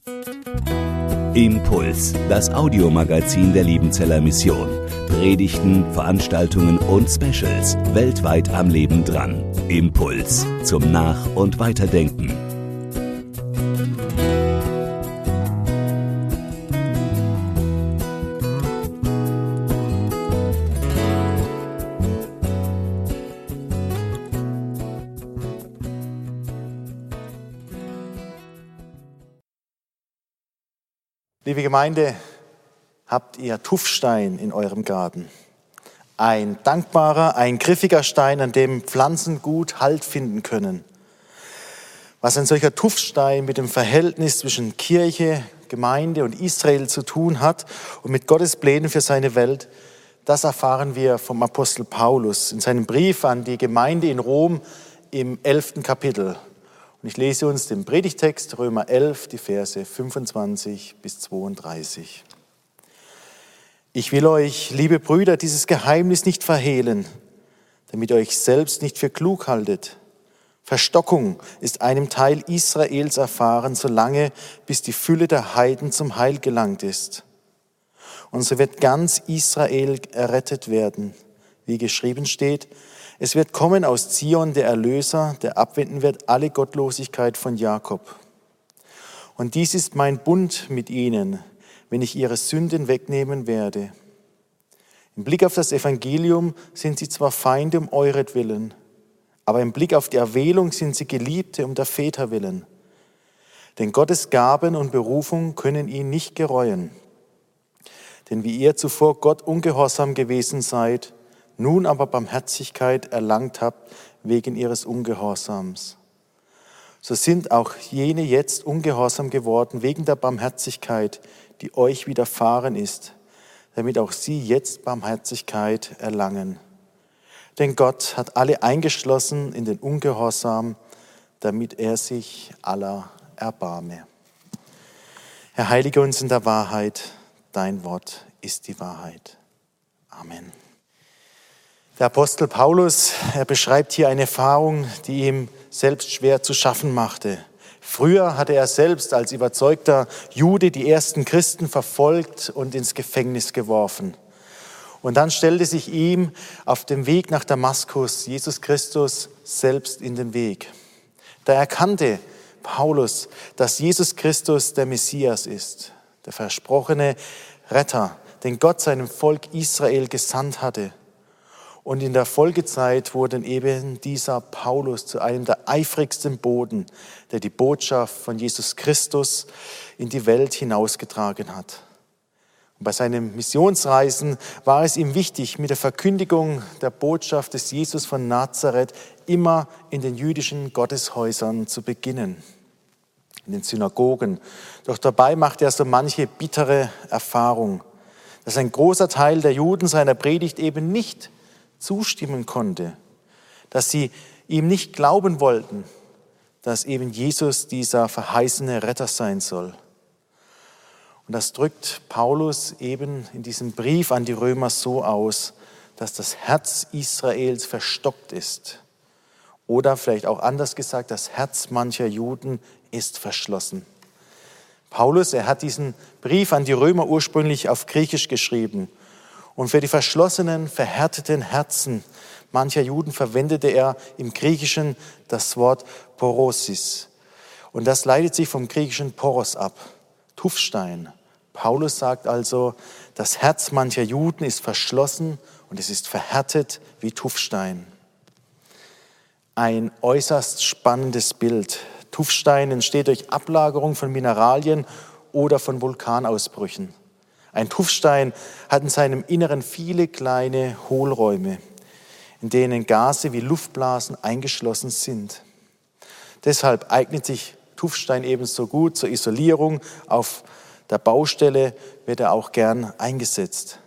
Impuls, das Audiomagazin der Liebenzeller Mission. Predigten, Veranstaltungen und Specials weltweit am Leben dran. Impuls zum Nach- und Weiterdenken. Liebe Gemeinde, habt ihr Tuffstein in eurem Garten? Ein dankbarer, ein griffiger Stein, an dem Pflanzen gut Halt finden können. Was ein solcher Tuffstein mit dem Verhältnis zwischen Kirche, Gemeinde und Israel zu tun hat und mit Gottes Plänen für seine Welt, das erfahren wir vom Apostel Paulus in seinem Brief an die Gemeinde in Rom im 11. Kapitel. Und ich lese uns den Predigtext, Römer 11, die Verse 25 bis 32. Ich will euch, liebe Brüder, dieses Geheimnis nicht verhehlen, damit ihr euch selbst nicht für klug haltet. Verstockung ist einem Teil Israels erfahren, solange bis die Fülle der Heiden zum Heil gelangt ist. Und so wird ganz Israel errettet werden, wie geschrieben steht: Es wird kommen aus Zion der Erlöser, der abwenden wird alle Gottlosigkeit von Jakob. Und dies ist mein Bund mit ihnen, wenn ich ihre Sünden wegnehmen werde. Im Blick auf das Evangelium sind sie zwar Feinde um euretwillen, aber im Blick auf die Erwählung sind sie Geliebte um der Väter willen. Denn Gottes Gaben und Berufung können ihn nicht gereuen. Denn wie ihr zuvor Gott ungehorsam gewesen seid, nun aber Barmherzigkeit erlangt habt wegen ihres Ungehorsams, so sind auch jene jetzt ungehorsam geworden wegen der Barmherzigkeit, die euch widerfahren ist, damit auch sie jetzt Barmherzigkeit erlangen. Denn Gott hat alle eingeschlossen in den Ungehorsam, damit er sich aller erbarme. Herr, heilige uns in der Wahrheit, dein Wort ist die Wahrheit. Amen. Der Apostel Paulus, er beschreibt hier eine Erfahrung, die ihm selbst schwer zu schaffen machte. Früher hatte er selbst als überzeugter Jude die ersten Christen verfolgt und ins Gefängnis geworfen. Und dann stellte sich ihm auf dem Weg nach Damaskus Jesus Christus selbst in den Weg. Da erkannte Paulus, dass Jesus Christus der Messias ist, der versprochene Retter, den Gott seinem Volk Israel gesandt hatte. Und in der Folgezeit wurde eben dieser Paulus zu einem der eifrigsten Boten, der die Botschaft von Jesus Christus in die Welt hinausgetragen hat. Und bei seinen Missionsreisen war es ihm wichtig, mit der Verkündigung der Botschaft des Jesus von Nazareth immer in den jüdischen Gotteshäusern zu beginnen, in den Synagogen. Doch dabei machte er so manche bittere Erfahrung, dass ein großer Teil der Juden seiner Predigt eben nicht zustimmen konnte, dass sie ihm nicht glauben wollten, dass eben Jesus dieser verheißene Retter sein soll. Und das drückt Paulus eben in diesem Brief an die Römer so aus, dass das Herz Israels verstockt ist. Oder vielleicht auch anders gesagt, das Herz mancher Juden ist verschlossen. Paulus, er hat diesen Brief an die Römer ursprünglich auf Griechisch geschrieben. Und für die verschlossenen, verhärteten Herzen mancher Juden verwendete er im Griechischen das Wort Porosis. Und das leitet sich vom griechischen Poros ab, Tuffstein. Paulus sagt also, das Herz mancher Juden ist verschlossen und es ist verhärtet wie Tuffstein. Ein äußerst spannendes Bild. Tuffstein entsteht durch Ablagerung von Mineralien oder von Vulkanausbrüchen. Ein Tuffstein hat in seinem Inneren viele kleine Hohlräume, in denen Gase wie Luftblasen eingeschlossen sind. Deshalb eignet sich Tuffstein ebenso gut zur Isolierung. Auf der Baustelle wird er auch gern eingesetzt.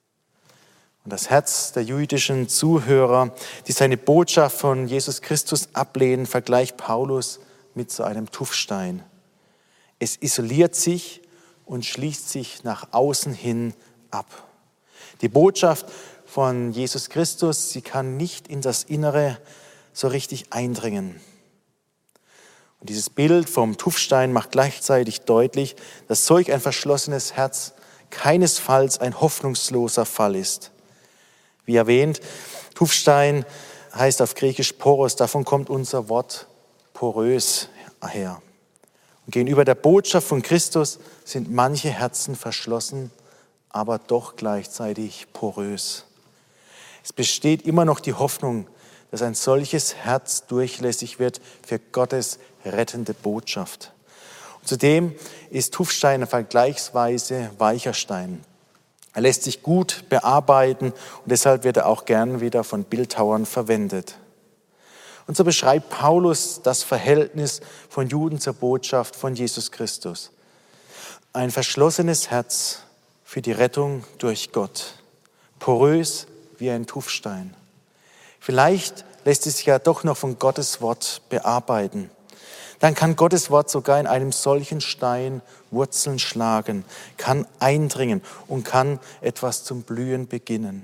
Und das Herz der jüdischen Zuhörer, die seine Botschaft von Jesus Christus ablehnen, vergleicht Paulus mit so einem Tuffstein. Es isoliert sich und schließt sich nach außen hin ab. Die Botschaft von Jesus Christus, sie kann nicht in das Innere so richtig eindringen. Und dieses Bild vom Tuffstein macht gleichzeitig deutlich, dass solch ein verschlossenes Herz keinesfalls ein hoffnungsloser Fall ist. Wie erwähnt, Tuffstein heißt auf Griechisch Poros, davon kommt unser Wort porös her. Und gegenüber der Botschaft von Christus sind manche Herzen verschlossen, aber doch gleichzeitig porös. Es besteht immer noch die Hoffnung, dass ein solches Herz durchlässig wird für Gottes rettende Botschaft. Und zudem ist Tuffstein ein vergleichsweise weicher Stein. Er lässt sich gut bearbeiten und deshalb wird er auch gern wieder von Bildhauern verwendet. Und so beschreibt Paulus das Verhältnis von Juden zur Botschaft von Jesus Christus. Ein verschlossenes Herz für die Rettung durch Gott, porös wie ein Tuffstein. Vielleicht lässt es sich ja doch noch von Gottes Wort bearbeiten. Dann kann Gottes Wort sogar in einem solchen Stein Wurzeln schlagen, kann eindringen und kann etwas zum Blühen beginnen.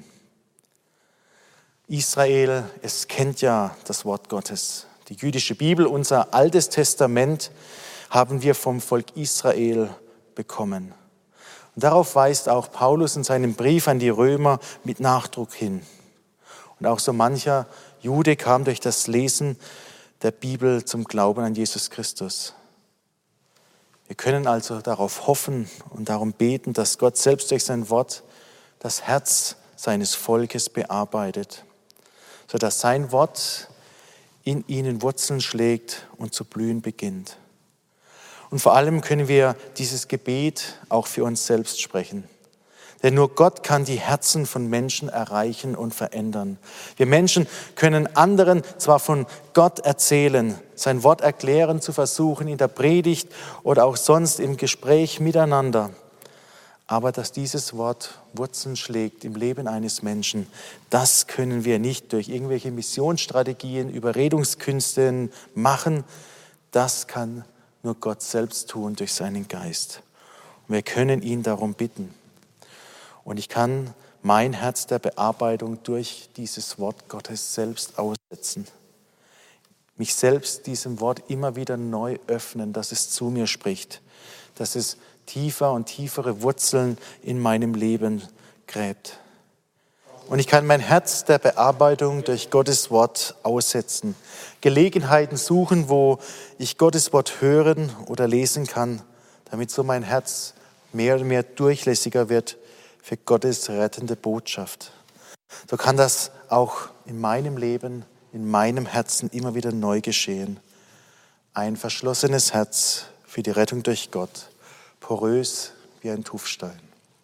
Israel, es kennt ja das Wort Gottes. Die jüdische Bibel, unser Altes Testament, haben wir vom Volk Israel bekommen. Und darauf weist auch Paulus in seinem Brief an die Römer mit Nachdruck hin. Und auch so mancher Jude kam durch das Lesen der Bibel zum Glauben an Jesus Christus. Wir können also darauf hoffen und darum beten, dass Gott selbst durch sein Wort das Herz seines Volkes bearbeitet, sodass sein Wort in ihnen Wurzeln schlägt und zu blühen beginnt. Und vor allem können wir dieses Gebet auch für uns selbst sprechen. Denn nur Gott kann die Herzen von Menschen erreichen und verändern. Wir Menschen können anderen zwar von Gott erzählen, sein Wort erklären zu versuchen in der Predigt oder auch sonst im Gespräch miteinander. Aber dass dieses Wort Wurzeln schlägt im Leben eines Menschen, das können wir nicht durch irgendwelche Missionsstrategien, Überredungskünste machen. Das kann nur Gott selbst tun durch seinen Geist. Und wir können ihn darum bitten. Und ich kann mein Herz der Bearbeitung durch dieses Wort Gottes selbst aussetzen. Mich selbst diesem Wort immer wieder neu öffnen, dass es zu mir spricht, dass es tiefer und tiefere Wurzeln in meinem Leben gräbt. Und ich kann mein Herz der Bearbeitung durch Gottes Wort aussetzen. Gelegenheiten suchen, wo ich Gottes Wort hören oder lesen kann, damit so mein Herz mehr und mehr durchlässiger wird für Gottes rettende Botschaft. So kann das auch in meinem Leben, in meinem Herzen immer wieder neu geschehen. Ein verschlossenes Herz für die Rettung durch Gott, porös wie ein Tuffstein.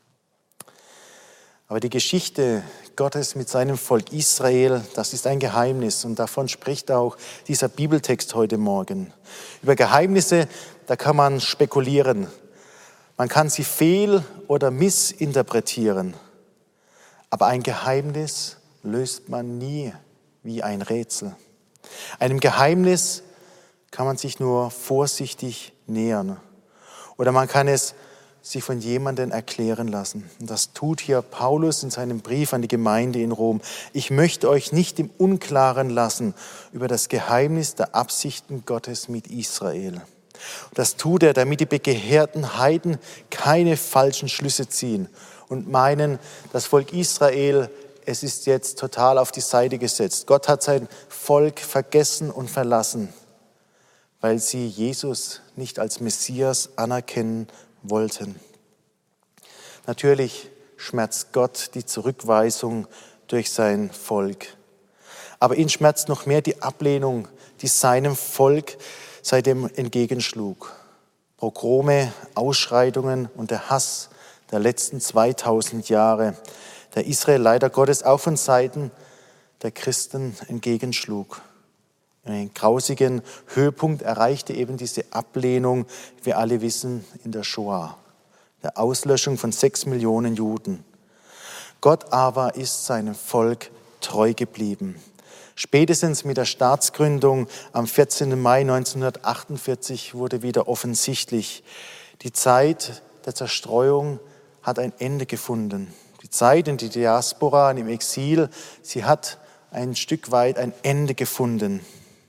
Aber die Geschichte Gottes mit seinem Volk Israel, das ist ein Geheimnis und davon spricht auch dieser Bibeltext heute Morgen. Über Geheimnisse, da kann man spekulieren. Man kann sie fehl- oder missinterpretieren. Aber ein Geheimnis löst man nie wie ein Rätsel. Einem Geheimnis kann man sich nur vorsichtig nähern. Oder man kann es sich von jemandem erklären lassen. Und das tut hier Paulus in seinem Brief an die Gemeinde in Rom. Ich möchte euch nicht im Unklaren lassen über das Geheimnis der Absichten Gottes mit Israel. Das tut er, damit die begehrten Heiden keine falschen Schlüsse ziehen und meinen, das Volk Israel, es ist jetzt total auf die Seite gesetzt. Gott hat sein Volk vergessen und verlassen, weil sie Jesus nicht als Messias anerkennen wollten. Natürlich schmerzt Gott die Zurückweisung durch sein Volk. Aber ihn schmerzt noch mehr die Ablehnung, die seinem Volk seitdem entgegenschlug. Pogrome, Ausschreitungen und der Hass der letzten 2000 Jahre, der Israel leider Gottes auch von Seiten der Christen entgegenschlug. Einen grausigen Höhepunkt erreichte eben diese Ablehnung, wie wir alle wissen, in der Shoah, der Auslöschung von 6 Millionen Juden. Gott aber ist seinem Volk treu geblieben. Spätestens mit der Staatsgründung am 14. Mai 1948 wurde wieder offensichtlich, die Zeit der Zerstreuung hat ein Ende gefunden. Die Zeit in der Diaspora und im Exil, sie hat ein Stück weit ein Ende gefunden.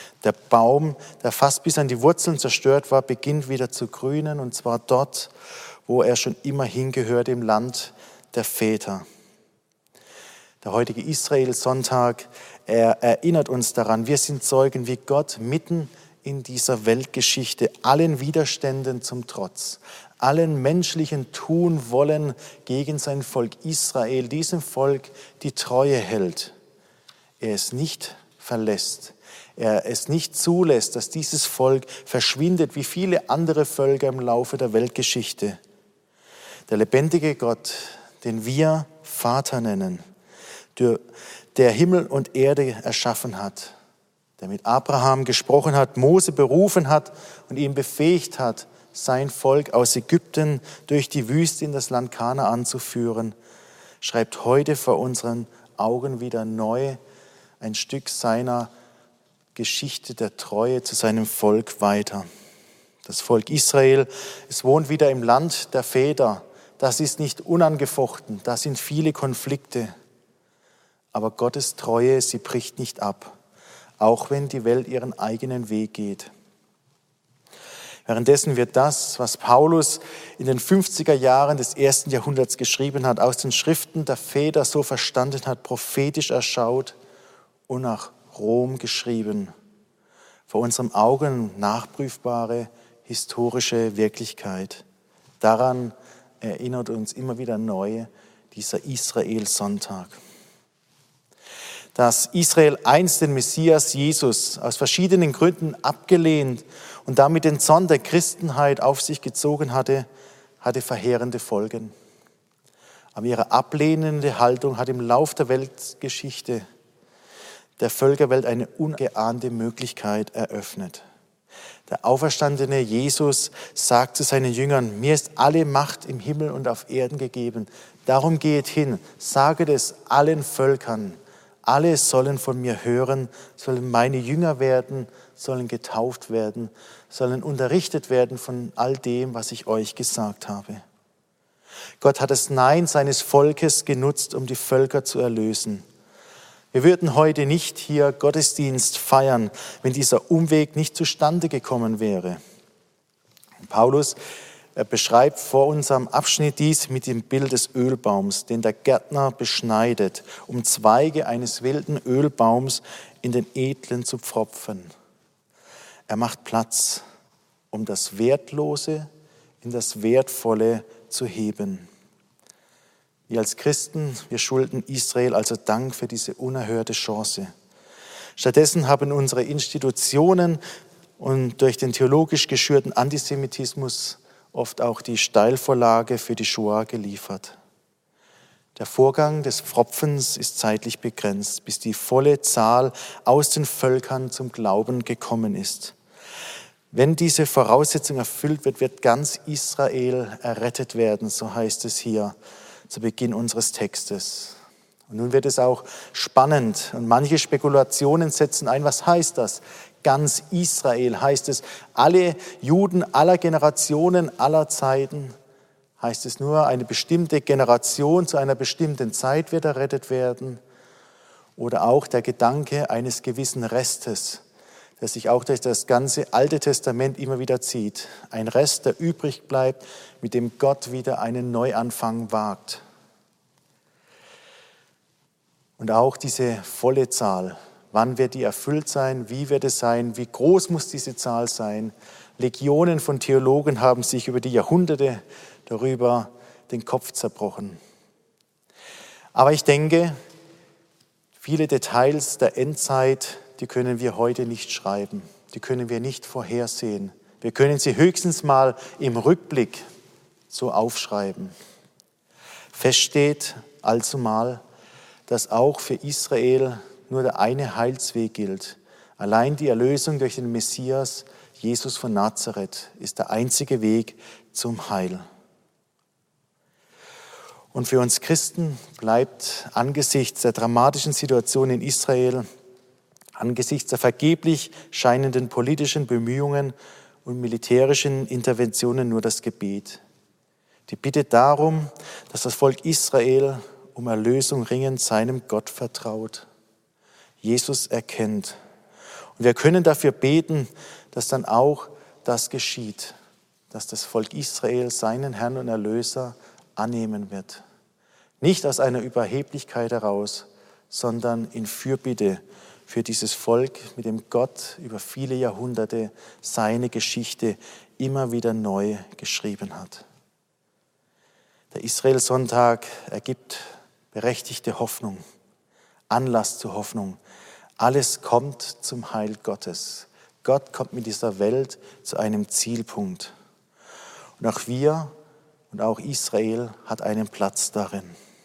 Der Baum, der fast bis an die Wurzeln zerstört war, beginnt wieder zu grünen, und zwar dort, wo er schon immer hingehört, im Land der Väter. Der heutige Israel-Sonntag, er erinnert uns daran, wir sind Zeugen, wie Gott mitten in dieser Weltgeschichte allen Widerständen zum Trotz, allen menschlichen Tunwollen gegen sein Volk Israel, diesem Volk die Treue hält. Er es nicht verlässt. Er es nicht zulässt, dass dieses Volk verschwindet wie viele andere Völker im Laufe der Weltgeschichte. Der lebendige Gott, den wir Vater nennen, der Himmel und Erde erschaffen hat, der mit Abraham gesprochen hat, Mose berufen hat und ihn befähigt hat, sein Volk aus Ägypten durch die Wüste in das Land Kanaan zu führen, schreibt heute vor unseren Augen wieder neu ein Stück seiner Geschichte der Treue zu seinem Volk weiter. Das Volk Israel, es wohnt wieder im Land der Väter. Das ist nicht unangefochten, da sind viele Konflikte. Aber Gottes Treue, sie bricht nicht ab, auch wenn die Welt ihren eigenen Weg geht. Währenddessen wird das, was Paulus in den 50er Jahren des 1. Jahrhunderts geschrieben hat, aus den Schriften der Väter so verstanden hat, prophetisch erschaut und nach Rom geschrieben. Vor unseren Augen nachprüfbare historische Wirklichkeit. Daran erinnert uns immer wieder neu dieser Israel-Sonntag. Dass Israel einst den Messias Jesus aus verschiedenen Gründen abgelehnt und damit den Zorn der Christenheit auf sich gezogen hatte, hatte verheerende Folgen. Aber ihre ablehnende Haltung hat im Lauf der Weltgeschichte der Völkerwelt eine ungeahnte Möglichkeit eröffnet. Der auferstandene Jesus sagt zu seinen Jüngern: Mir ist alle Macht im Himmel und auf Erden gegeben. Darum geht hin, saget es allen Völkern. Alle sollen von mir hören, sollen meine Jünger werden, sollen getauft werden, sollen unterrichtet werden von all dem, was ich euch gesagt habe. Gott hat das Nein seines Volkes genutzt, um die Völker zu erlösen. Wir würden heute nicht hier Gottesdienst feiern, wenn dieser Umweg nicht zustande gekommen wäre. Paulus beschreibt vor unserem Abschnitt dies mit dem Bild des Ölbaums, den der Gärtner beschneidet, um Zweige eines wilden Ölbaums in den edlen zu pfropfen. Er macht Platz, um das Wertlose in das Wertvolle zu heben. Wir als Christen, wir schulden Israel also Dank für diese unerhörte Chance. Stattdessen haben unsere Institutionen und durch den theologisch geschürten Antisemitismus oft auch die Steilvorlage für die Shoah geliefert. Der Vorgang des Pfropfens ist zeitlich begrenzt, bis die volle Zahl aus den Völkern zum Glauben gekommen ist. Wenn diese Voraussetzung erfüllt wird, wird ganz Israel errettet werden, so heißt es hier zu Beginn unseres Textes. Und nun wird es auch spannend und manche Spekulationen setzen ein. Was heißt das? Ganz Israel, heißt es alle Juden aller Generationen, aller Zeiten? Heißt es nur, eine bestimmte Generation zu einer bestimmten Zeit wird errettet werden? Oder auch der Gedanke eines gewissen Restes, der sich auch durch das ganze Alte Testament immer wieder zieht. Ein Rest, der übrig bleibt, mit dem Gott wieder einen Neuanfang wagt. Und auch diese volle Zahl. Wann wird die erfüllt sein? Wie wird es sein? Wie groß muss diese Zahl sein? Legionen von Theologen haben sich über die Jahrhunderte darüber den Kopf zerbrochen. Aber ich denke, viele Details der Endzeit, die können wir heute nicht schreiben. Die können wir nicht vorhersehen. Wir können sie höchstens mal im Rückblick so aufschreiben. Fest steht allzumal, dass auch für Israel nur der eine Heilsweg gilt. Allein die Erlösung durch den Messias, Jesus von Nazareth, ist der einzige Weg zum Heil. Und für uns Christen bleibt angesichts der dramatischen Situation in Israel, angesichts der vergeblich scheinenden politischen Bemühungen und militärischen Interventionen nur das Gebet. Die Bitte darum, dass das Volk Israel um Erlösung ringend seinem Gott vertraut, Jesus erkennt Und wir können dafür beten, dass dann auch das geschieht, dass das Volk Israel seinen Herrn und Erlöser annehmen wird. Nicht aus einer Überheblichkeit heraus, sondern in Fürbitte für dieses Volk, mit dem Gott über viele Jahrhunderte seine Geschichte immer wieder neu geschrieben hat. Der Israel-Sonntag ergibt berechtigte Hoffnung, Anlass zur Hoffnung. Alles kommt zum Heil Gottes. Gott kommt mit dieser Welt zu einem Zielpunkt. Und auch wir und auch Israel hat einen Platz darin.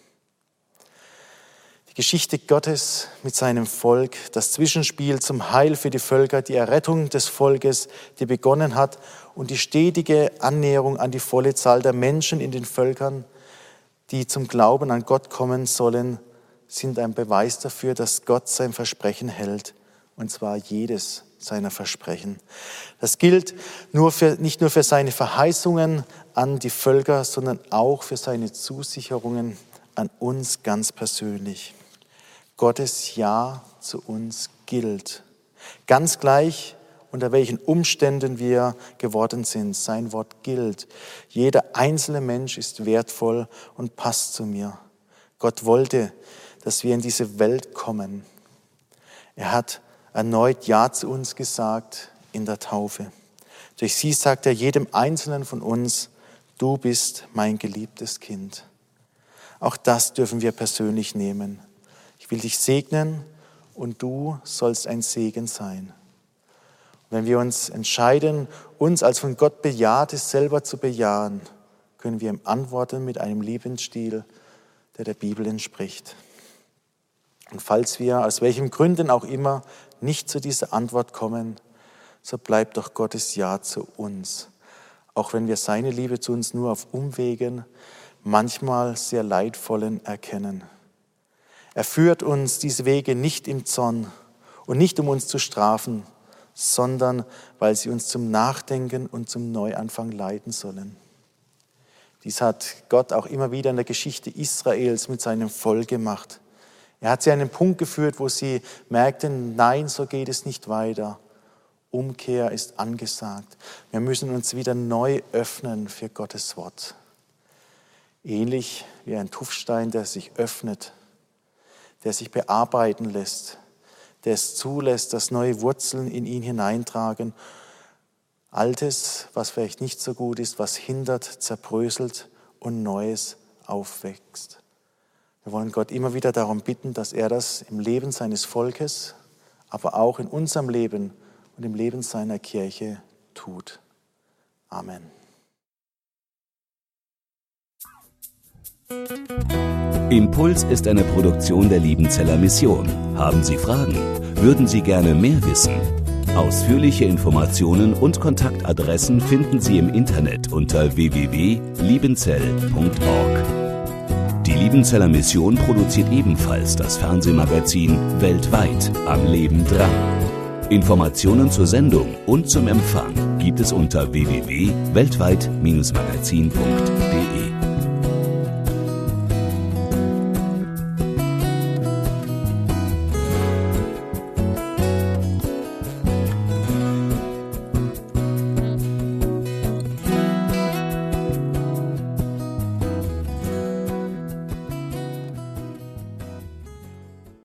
Die Geschichte Gottes mit seinem Volk, das Zwischenspiel zum Heil für die Völker, die Errettung des Volkes, die begonnen hat, und die stetige Annäherung an die volle Zahl der Menschen in den Völkern, die zum Glauben an Gott kommen sollen, sind ein Beweis dafür, dass Gott sein Versprechen hält, und zwar jedes seiner Versprechen. Das gilt nicht nur für seine Verheißungen an die Völker, sondern auch für seine Zusicherungen an uns ganz persönlich. Gottes Ja zu uns gilt. Ganz gleich, unter welchen Umständen wir geworden sind. Sein Wort gilt. Jeder einzelne Mensch ist wertvoll und passt zu mir. Gott wollte, dass wir in diese Welt kommen. Er hat erneut Ja zu uns gesagt in der Taufe. Durch sie sagt er jedem Einzelnen von uns, du bist mein geliebtes Kind. Auch das dürfen wir persönlich nehmen. Ich will dich segnen und du sollst ein Segen sein. Und wenn wir uns entscheiden, uns als von Gott Bejahtes selber zu bejahen, können wir ihm antworten mit einem Lebensstil, der der Bibel entspricht. Und falls wir aus welchen Gründen auch immer nicht zu dieser Antwort kommen, so bleibt doch Gottes Ja zu uns. Auch wenn wir seine Liebe zu uns nur auf Umwegen, manchmal sehr leidvollen, erkennen. Er führt uns diese Wege nicht im Zorn und nicht um uns zu strafen, sondern weil sie uns zum Nachdenken und zum Neuanfang leiten sollen. Dies hat Gott auch immer wieder in der Geschichte Israels mit seinem Volk gemacht. Er hat sie an einen Punkt geführt, wo sie merkten, nein, so geht es nicht weiter. Umkehr ist angesagt. Wir müssen uns wieder neu öffnen für Gottes Wort. Ähnlich wie ein Tuffstein, der sich öffnet, der sich bearbeiten lässt, der es zulässt, dass neue Wurzeln in ihn hineintragen. Altes, was vielleicht nicht so gut ist, was hindert, zerbröselt und Neues aufwächst. Wir wollen Gott immer wieder darum bitten, dass er das im Leben seines Volkes, aber auch in unserem Leben und im Leben seiner Kirche tut. Amen. Impuls ist eine Produktion der Liebenzeller Mission. Haben Sie Fragen? Würden Sie gerne mehr wissen? Ausführliche Informationen und Kontaktadressen finden Sie im Internet unter www.liebenzell.org. Die Liebenzeller Mission produziert ebenfalls das Fernsehmagazin Weltweit am Leben dran. Informationen zur Sendung und zum Empfang gibt es unter www.weltweit-magazin.de.